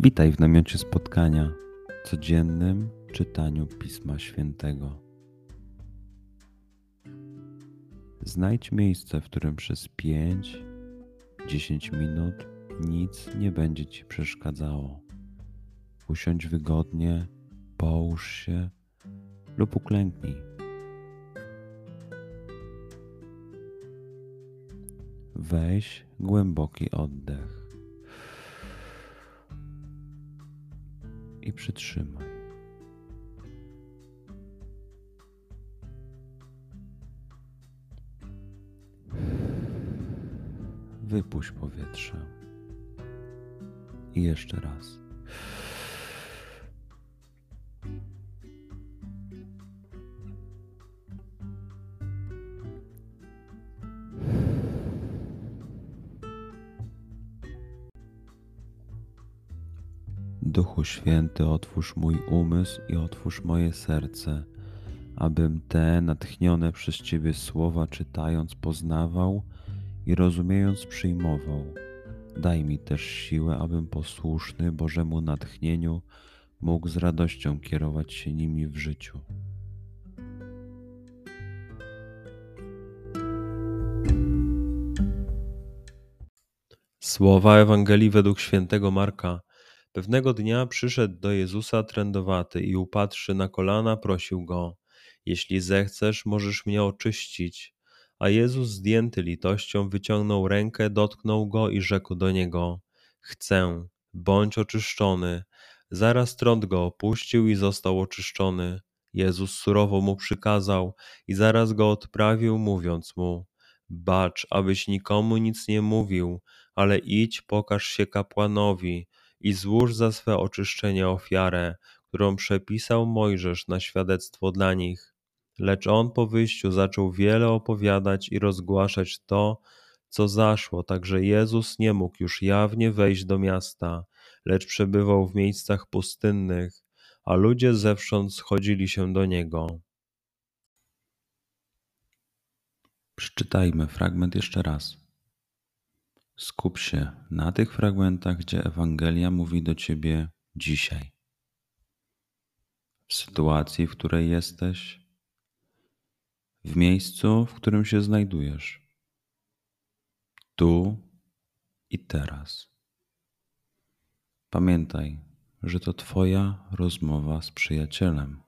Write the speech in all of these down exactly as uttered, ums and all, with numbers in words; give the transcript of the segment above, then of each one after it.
Witaj w namiocie spotkania, codziennym czytaniu Pisma Świętego. Znajdź miejsce, w którym przez pięć do dziesięciu minut nic nie będzie Ci przeszkadzało. Usiądź wygodnie, połóż się lub uklęknij. Weź głęboki oddech i przytrzymaj. Wypuść powietrze. I jeszcze raz. Duchu Święty, otwórz mój umysł i otwórz moje serce, abym te natchnione przez Ciebie słowa czytając poznawał i rozumiejąc przyjmował. Daj mi też siłę, abym posłuszny Bożemu natchnieniu mógł z radością kierować się nimi w życiu. Słowa Ewangelii według świętego Marka. Pewnego dnia przyszedł do Jezusa trędowaty i upadłszy na kolana prosił Go: jeśli zechcesz, możesz mnie oczyścić. A Jezus, zdjęty litością, wyciągnął rękę, dotknął go i rzekł do niego: chcę, bądź oczyszczony. Zaraz trąd go opuścił i został oczyszczony. Jezus surowo mu przykazał i zaraz go odprawił, mówiąc mu: bacz, abyś nikomu nic nie mówił, ale idź, pokaż się kapłanowi i złóż za swe oczyszczenie ofiarę, którą przepisał Mojżesz na świadectwo dla nich. Lecz on po wyjściu zaczął wiele opowiadać i rozgłaszać to, co zaszło, tak że Jezus nie mógł już jawnie wejść do miasta, lecz przebywał w miejscach pustynnych, a ludzie zewsząd schodzili się do Niego. Przeczytajmy fragment jeszcze raz. Skup się na tych fragmentach, gdzie Ewangelia mówi do Ciebie dzisiaj. W sytuacji, w której jesteś, w miejscu, w którym się znajdujesz. Tu i teraz. Pamiętaj, że to Twoja rozmowa z przyjacielem.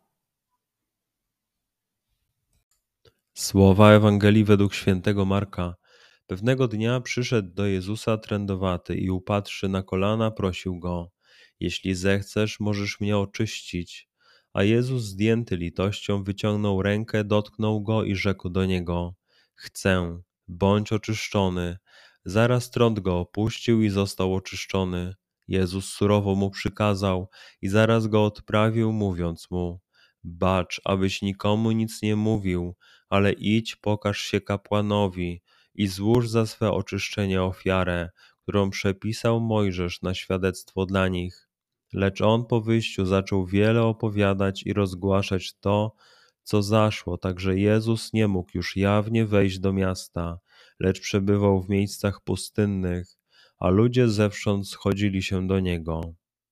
Słowa Ewangelii według świętego Marka. Pewnego dnia przyszedł do Jezusa trędowaty i upadłszy na kolana prosił Go: jeśli zechcesz, możesz mnie oczyścić. A Jezus, zdjęty litością, wyciągnął rękę, dotknął go i rzekł do niego: chcę, bądź oczyszczony. Zaraz trąd go opuścił i został oczyszczony. Jezus surowo mu przykazał i zaraz go odprawił, mówiąc mu: bacz, abyś nikomu nic nie mówił, ale idź, pokaż się kapłanowi i złóż za swe oczyszczenie ofiarę, którą przepisał Mojżesz na świadectwo dla nich. Lecz on po wyjściu zaczął wiele opowiadać i rozgłaszać to, co zaszło, tak że Jezus nie mógł już jawnie wejść do miasta, lecz przebywał w miejscach pustynnych, a ludzie zewsząd schodzili się do Niego.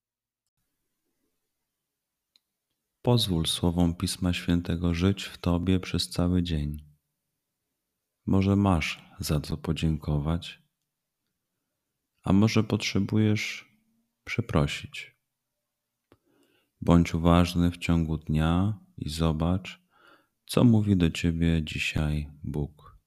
Pozwól słowom Pisma Świętego żyć w Tobie przez cały dzień. Może masz za co podziękować, a może potrzebujesz przeprosić. Bądź uważny w ciągu dnia i zobacz, co mówi do Ciebie dzisiaj Bóg.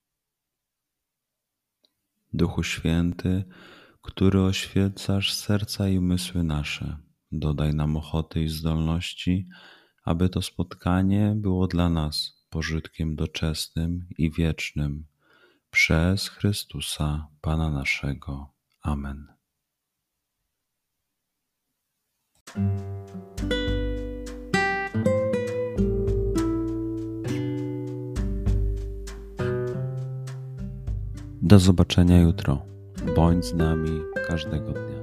Duchu Święty, który oświecasz serca i umysły nasze, dodaj nam ochoty i zdolności, aby to spotkanie było dla nas pożytkiem doczesnym i wiecznym. Przez Chrystusa, Pana naszego. Amen. Do zobaczenia jutro. Bądź z nami każdego dnia.